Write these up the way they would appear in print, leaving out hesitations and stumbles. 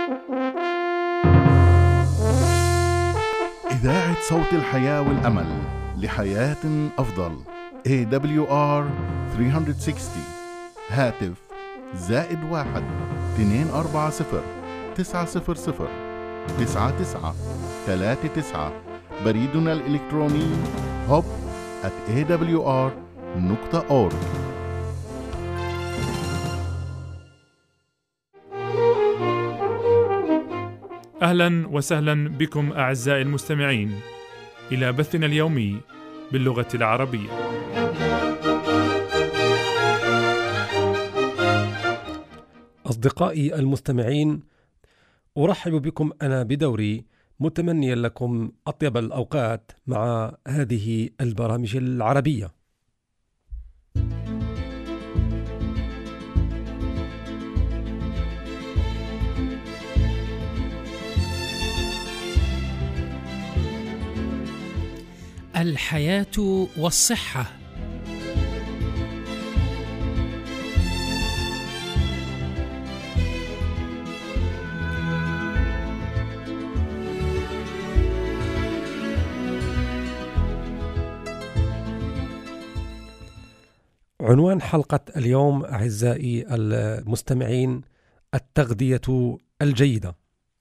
إذاعة صوت الحياة والأمل لحياة أفضل. AWR 360. هاتف +1 240 900 9939. بريدنا الإلكتروني hub@awr.org. أهلا وسهلا بكم أعزائي المستمعين إلى بثنا اليومي باللغة العربية. أصدقائي المستمعين، أرحب بكم أنا بدوري متمنيا لكم أطيب الأوقات مع هذه البرامج العربية. الحياة والصحة. عنوان حلقة اليوم أعزائي المستمعين: التغذية الجيدة.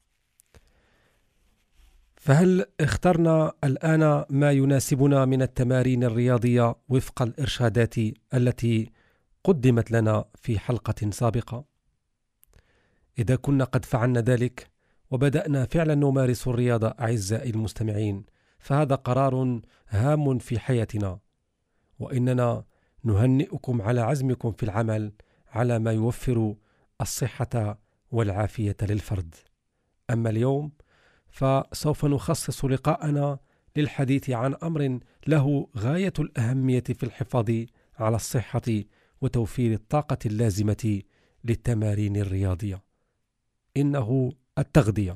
فهل اخترنا الآن ما يناسبنا من التمارين الرياضية وفق الإرشادات التي قدمت لنا في حلقة سابقة؟ إذا كنا قد فعلنا ذلك وبدأنا فعلا نمارس الرياضة أعزائي المستمعين، فهذا قرار هام في حياتنا، وإننا نهنئكم على عزمكم في العمل على ما يوفر الصحة والعافية للفرد. أما اليوم فسوف نخصص لقاءنا للحديث عن أمر له غاية الأهمية في الحفاظ على الصحة وتوفير الطاقة اللازمة للتمارين الرياضية، إنه التغذية.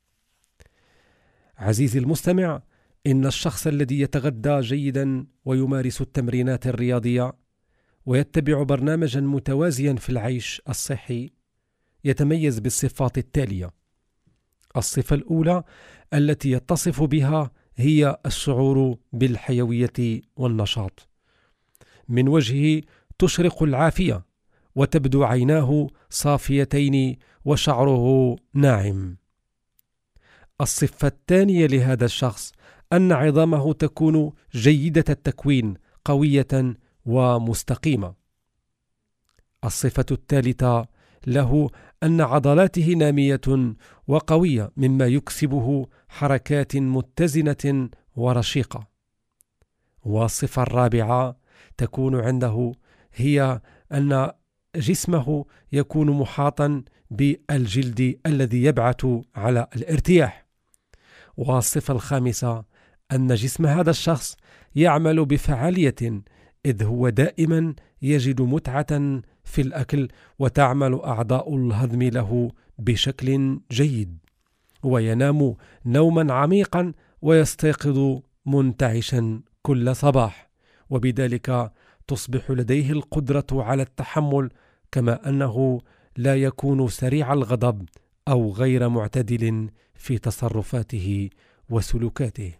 عزيزي المستمع، إن الشخص الذي يتغذى جيدا ويمارس التمرينات الرياضية ويتبع برنامجا متوازيا في العيش الصحي يتميز بالصفات التالية. الصفة الأولى التي يتصف بها هي الشعور بالحيوية والنشاط. من وجهه تشرق العافية وتبدو عيناه صافيتين وشعره ناعم. الصفة الثانية لهذا الشخص أن عظامه تكون جيدة التكوين، قوية ومستقيمة. الصفة الثالثة له أن عضلاته نامية وقوية، مما يكسبه حركات متزنة ورشيقة. والصفة الرابعة تكون عنده هي أن جسمه يكون محاطا بالجلد الذي يبعث على الارتياح. والصفة الخامسة أن جسم هذا الشخص يعمل بفعالية، إذ هو دائما يجد متعة في الأكل، وتعمل أعضاء الهضم له بشكل جيد، وينام نوما عميقا ويستيقظ منتعشا كل صباح، وبذلك تصبح لديه القدرة على التحمل، كما أنه لا يكون سريع الغضب أو غير معتدل في تصرفاته وسلوكاته.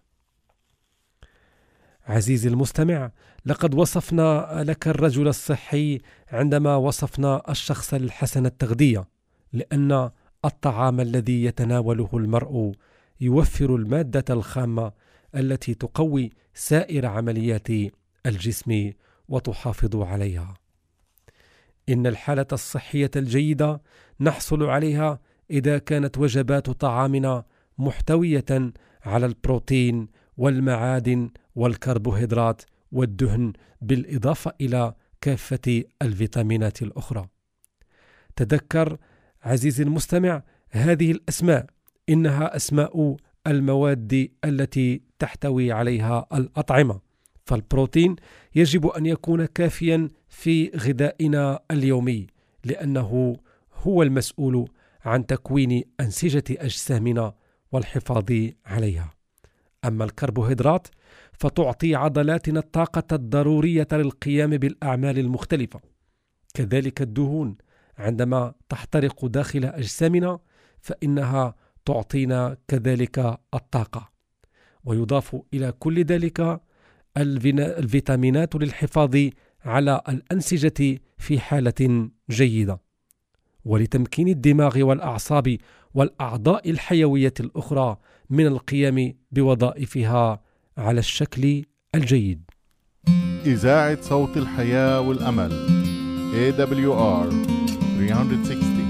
عزيزي المستمع، لقد وصفنا لك الرجل الصحي عندما وصفنا الشخص الحسن التغذية، لأن الطعام الذي يتناوله المرء يوفر المادة الخامة التي تقوي سائر عمليات الجسم وتحافظ عليها. إن الحالة الصحية الجيدة نحصل عليها إذا كانت وجبات طعامنا محتوية على البروتين والمعادن والكربوهيدرات والدهن، بالإضافة إلى كافة الفيتامينات الأخرى. تذكر عزيزي المستمع هذه الأسماء، إنها أسماء المواد التي تحتوي عليها الأطعمة. فالبروتين يجب أن يكون كافيا في غذائنا اليومي، لأنه هو المسؤول عن تكوين أنسجة أجسامنا والحفاظ عليها. أما الكربوهيدرات فتعطي عضلاتنا الطاقة الضرورية للقيام بالأعمال المختلفة. كذلك الدهون عندما تحترق داخل أجسامنا فإنها تعطينا كذلك الطاقة. ويضاف إلى كل ذلك الفيتامينات للحفاظ على الأنسجة في حالة جيدة، ولتمكين الدماغ والأعصاب والأعضاء الحيوية الأخرى من القيام بوظائفها على الشكل الجيد. إذاعة صوت الحياة والأمل AWR 360.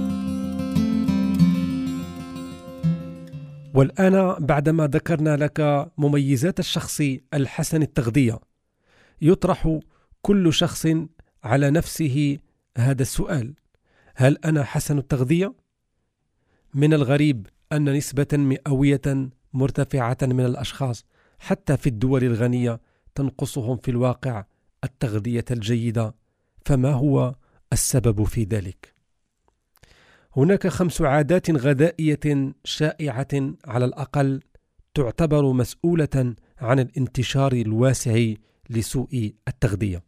والآن بعدما ذكرنا لك مميزات الشخص الحسن التغذية، يطرح كل شخص على نفسه هذا السؤال: هل أنا حسن التغذية؟ من الغريب أن نسبة مئوية مرتفعة من الأشخاص حتى في الدول الغنية تنقصهم في الواقع التغذية الجيدة. فما هو السبب في ذلك؟ هناك 5 عادات غذائية شائعة على الأقل تعتبر مسؤولة عن الانتشار الواسع لسوء التغذية،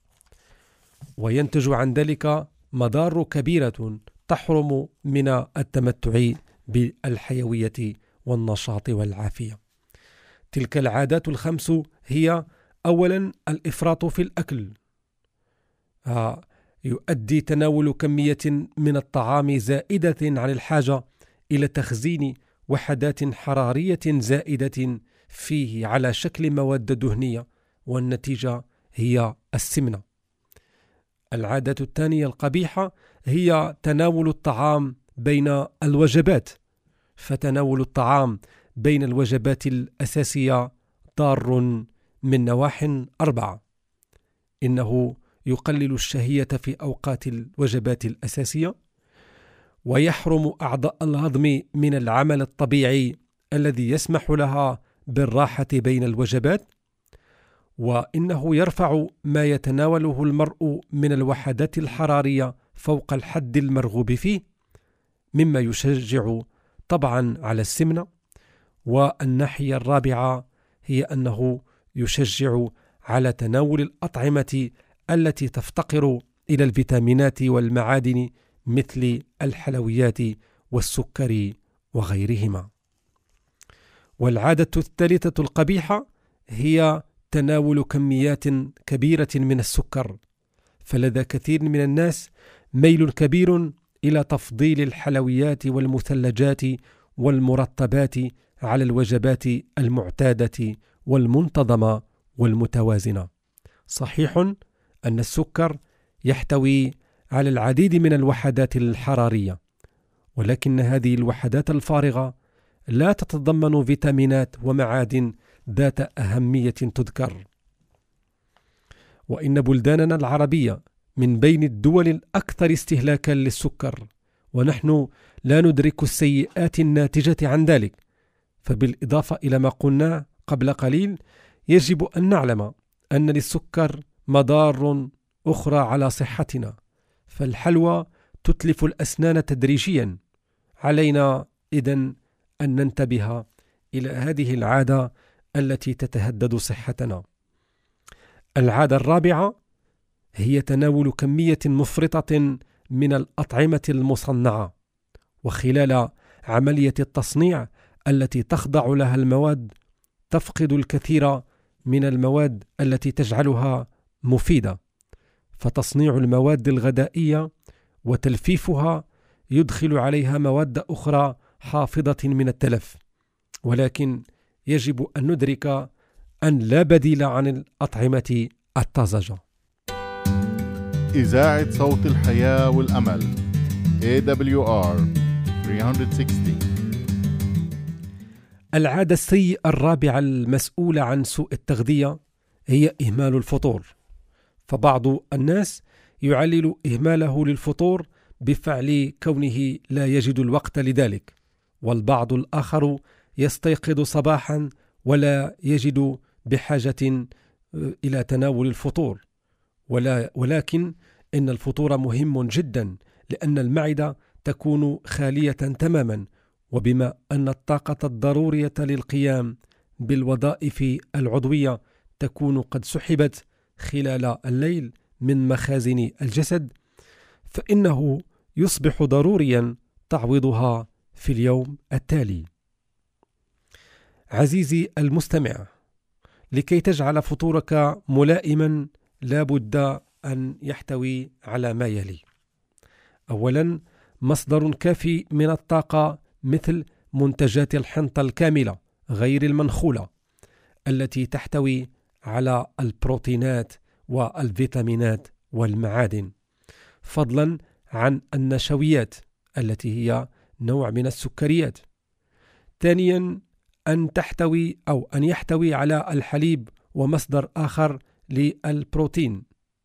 وينتج عن ذلك مضار كبيرة تحرم من التمتع بالحيوية والنشاط والعافية. تلك العادات ال5 هي: أولا، الإفراط في الأكل. يؤدي تناول كمية من الطعام زائدة عن الحاجة إلى تخزين وحدات حرارية زائدة فيه على شكل مواد دهنية، والنتيجة هي السمنة. العادة الثانية القبيحة هي تناول الطعام بين الوجبات، فتناول الطعام بين الوجبات الأساسية ضار من نواح 4. إنه يقلل الشهية في أوقات الوجبات الأساسية، ويحرم أعضاء الهضم من العمل الطبيعي الذي يسمح لها بالراحة بين الوجبات، وإنه يرفع ما يتناوله المرء من الوحدات الحرارية فوق الحد المرغوب فيه، مما يشجع طبعا على السمنة. والناحية الرابعة هي أنه يشجع على تناول الأطعمة التي تفتقر إلى الفيتامينات والمعادن مثل الحلويات والسكر وغيرهما. والعادة الثالثة القبيحة هي تناول كميات كبيرة من السكر، فلدى كثير من الناس ميل كبير إلى تفضيل الحلويات والمثلجات والمرطبات على الوجبات المعتادة والمنتظمة والمتوازنة. صحيح أن السكر يحتوي على العديد من الوحدات الحرارية، ولكن هذه الوحدات الفارغة لا تتضمن فيتامينات ومعادن ذات أهمية تذكر. وإن بلداننا العربية من بين الدول الأكثر استهلاكا للسكر، ونحن لا ندرك السيئات الناتجة عن ذلك. فبالإضافة إلى ما قلنا قبل قليل، يجب أن نعلم أن للسكر مضار أخرى على صحتنا، فالحلوى تتلف الأسنان تدريجيا. علينا إذن أن ننتبه إلى هذه العادة التي تتهدد صحتنا. العادة الرابعة هي تناول كمية مفرطة من الأطعمة المصنعة، وخلال عملية التصنيع التي تخضع لها المواد تفقد الكثير من المواد التي تجعلها مفيدة. فتصنيع المواد الغذائية وتلفيفها يدخل عليها مواد أخرى حافظة من التلف، ولكن يجب أن ندرك أن لا بديل عن الأطعمة الطازجة. إذاعة صوت الحياة والأمل AWR 360. العادة السيئة الرابعة المسؤولة عن سوء التغذية هي إهمال الفطور. فبعض الناس يعلل إهماله للفطور بفعل كونه لا يجد الوقت لذلك، والبعض الآخر يستيقظ صباحا ولا يجد بحاجة إلى تناول الفطور. ولكن إن الفطور مهم جدا، لأن المعدة تكون خالية تماما، وبما أن الطاقة الضرورية للقيام بالوظائف العضوية تكون قد سحبت خلال الليل من مخازن الجسد، فإنه يصبح ضروريا تعويضها في اليوم التالي. عزيزي المستمع، لكي تجعل فطورك ملائما لابد أن يحتوي على ما يلي: أولا، مصدر كافي من الطاقة مثل منتجات الحنطة الكاملة غير المنخولة التي تحتوي على البروتينات والفيتامينات والمعادن، فضلا عن النشويات التي هي نوع من السكريات. ثانيا، أن يحتوي على الحليب ومصدر آخر للبروتين.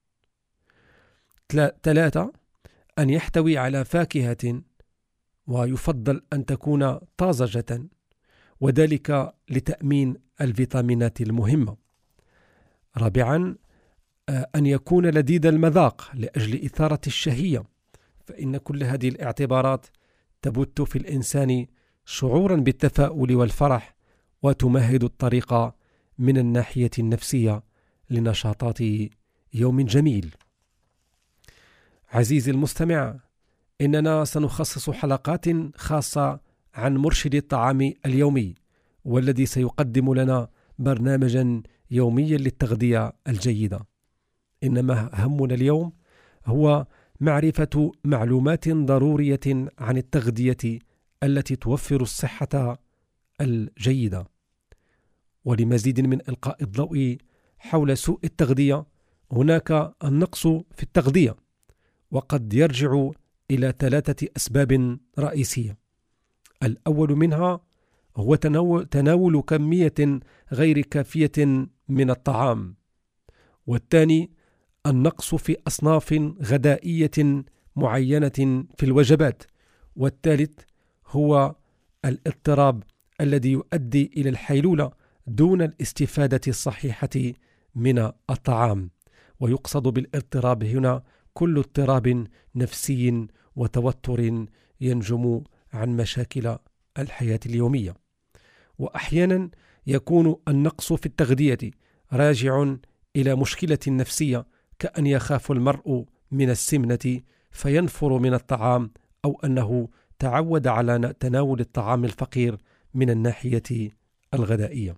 ثلاثة، أن يحتوي على فاكهة، ويفضل أن تكون طازجة، وذلك لتأمين الفيتامينات المهمة. رابعا، أن يكون لذيذ المذاق لأجل إثارة الشهية، فإن كل هذه الاعتبارات تبث في الإنسان شعورا بالتفاؤل والفرح، وتمهد الطريق من الناحية النفسية لنشاطات يوم جميل. عزيزي المستمع، إننا سنخصص حلقات خاصة عن مرشد الطعام اليومي، والذي سيقدم لنا برنامجا يوميا للتغذية الجيدة. إنما همنا اليوم هو معرفة معلومات ضرورية عن التغذية التي توفر الصحة الجيدة. ولمزيد من إلقاء الضوء حول سوء التغذية، هناك النقص في التغذية، وقد يرجع إلى 3 أسباب رئيسية. الأول منها هو تناول كمية غير كافية من الطعام، والثاني النقص في أصناف غذائية معينة في الوجبات، والثالث هو الاضطراب الذي يؤدي إلى الحيلولة دون الاستفادة الصحيحة من الطعام. ويقصد بالاضطراب هنا كل اضطراب نفسي وتوتر ينجم عن مشاكل الحياة اليومية. وأحيانا يكون النقص في التغذية راجع إلى مشكلة نفسية، كأن يخاف المرء من السمنة فينفر من الطعام، أو أنه تعود على تناول الطعام الفقير من الناحية الغذائية.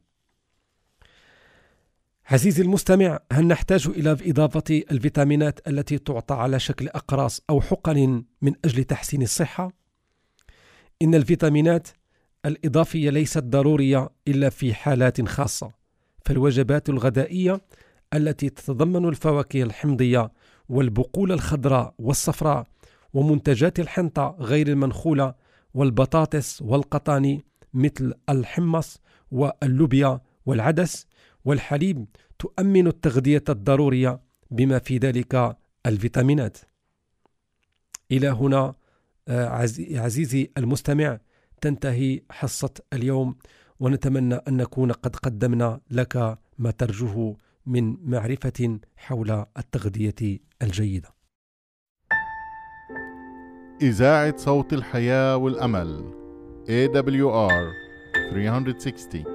عزيزي المستمع، هل نحتاج إلى إضافة الفيتامينات التي تعطى على شكل أقراص أو حقن من أجل تحسين الصحة؟ إن الفيتامينات الإضافية ليست ضرورية إلا في حالات خاصة، فالوجبات الغذائية التي تتضمن الفواكه الحمضية والبقول الخضراء والصفراء ومنتجات الحنطة غير المنخولة والبطاطس والقطاني مثل الحمص واللوبيا والعدس والحليب تؤمن التغذية الضرورية بما في ذلك الفيتامينات. إلى هنا عزيزي المستمع تنتهي حصة اليوم، ونتمنى أن نكون قد قدمنا لك ما ترجوه من معرفة حول التغذية الجيدة. إذاعة صوت الحياة والأمل AWR 360.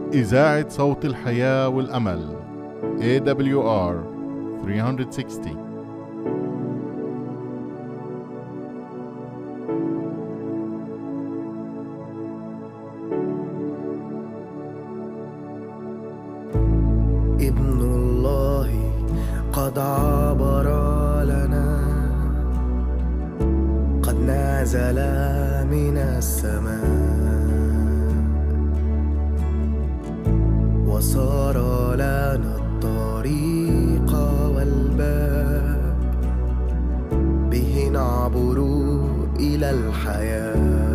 إذاعة صوت الحياة والأمل AWR 360. ابن الله قد عبر لنا، قد نزل من السماء، وصار لنا الطريق والباب، به نعبر إلى الحياة.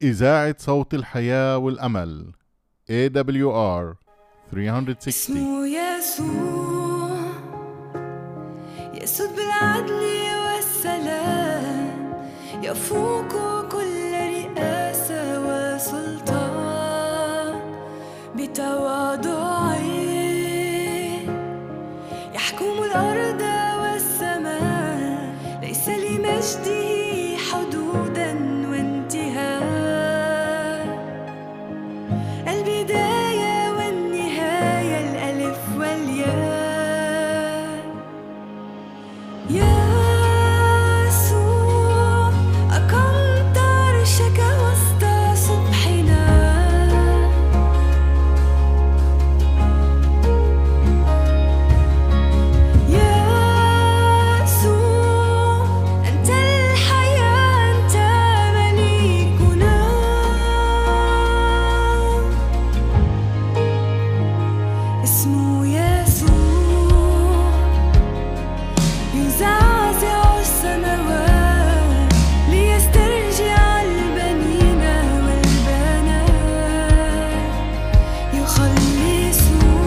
إذاعة صوت الحياة والأمل AWR 360. اسمه يسوع يسود بالعدل والسلام، يفوق كل رئاسة وسلطان. بتواضعه يحكم الأرض والسماء، ليس لمجده حدودا وانتهاء. البداية والنهاية، الألف والياء. يسوع أقمت عرشك وسط صبحنا، يسوع أنت الحياة، أنت مليكنا. اسمه يسوع يزعزع السماوات، ليسترجع البنين والبنات. يخلص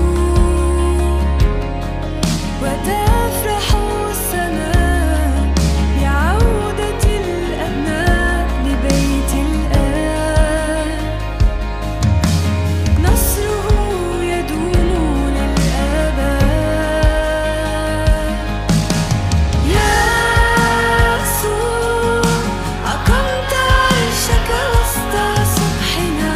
وتفرح السماء بعودة الأبناء لبيت الآب. نصره يدوم للأبد. يسوع أقمت عرشك وسط صبحنا،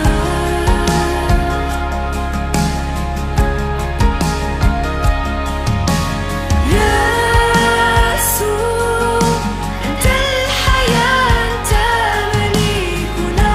يسوع أنت الحياة، أنت مليكنا.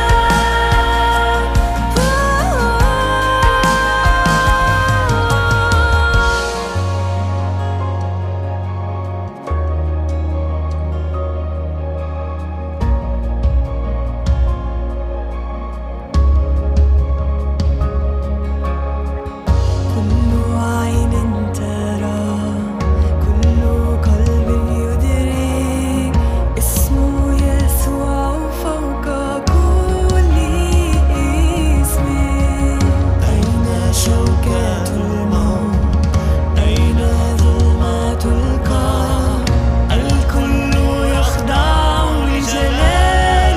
كل عين ترى، كل قلب يدرك، اسمه يسوع فوق كل اسم. أين شوكة الموت؟ أين ظلمات القبر؟ الكل يخضع لجلال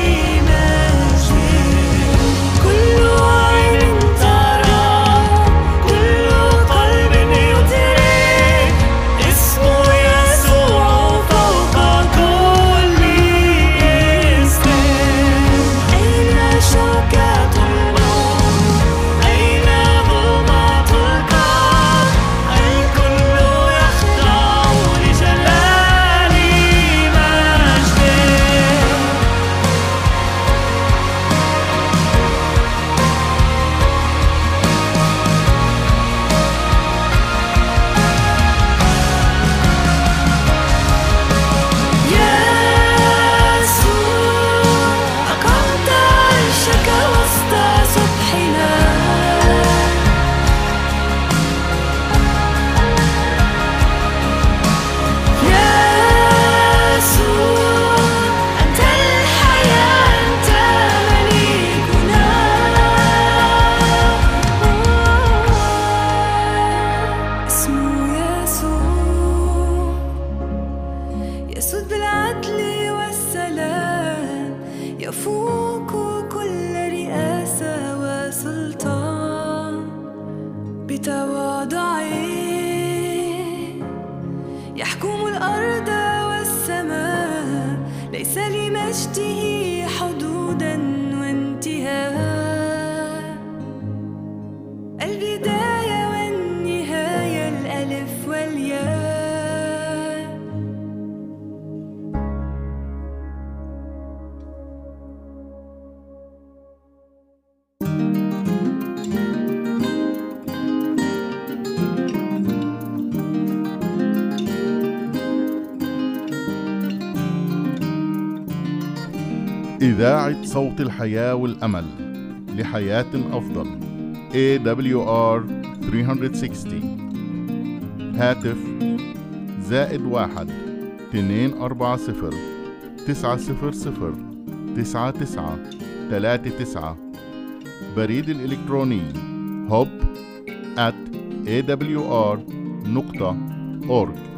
مجده. كل عين ترى، كل قلب يدرك، اسمه يسوع فوق كل اسم. أين شوكة الموت؟ أين ظلمات القبر؟ الكل يخضع لجلال مجده. يسوع أقمت عرشك وسط صبحنا، يسوع أنت الحياة، أنت مليكنا. اسمه يسوع يسود بالعدل والسلام، يفوق كل رئاسة وسلطان. بتواضعه يحكم الأرض والسماء، ليس لمجده حدودا وانتهاء. البداية والنهاية، الألف والياء. إذاعة صوت الحياة والأمل لحياة أفضل AWR 360. هاتف +1 240 900 9939. بريد الإلكتروني hub@awr.org.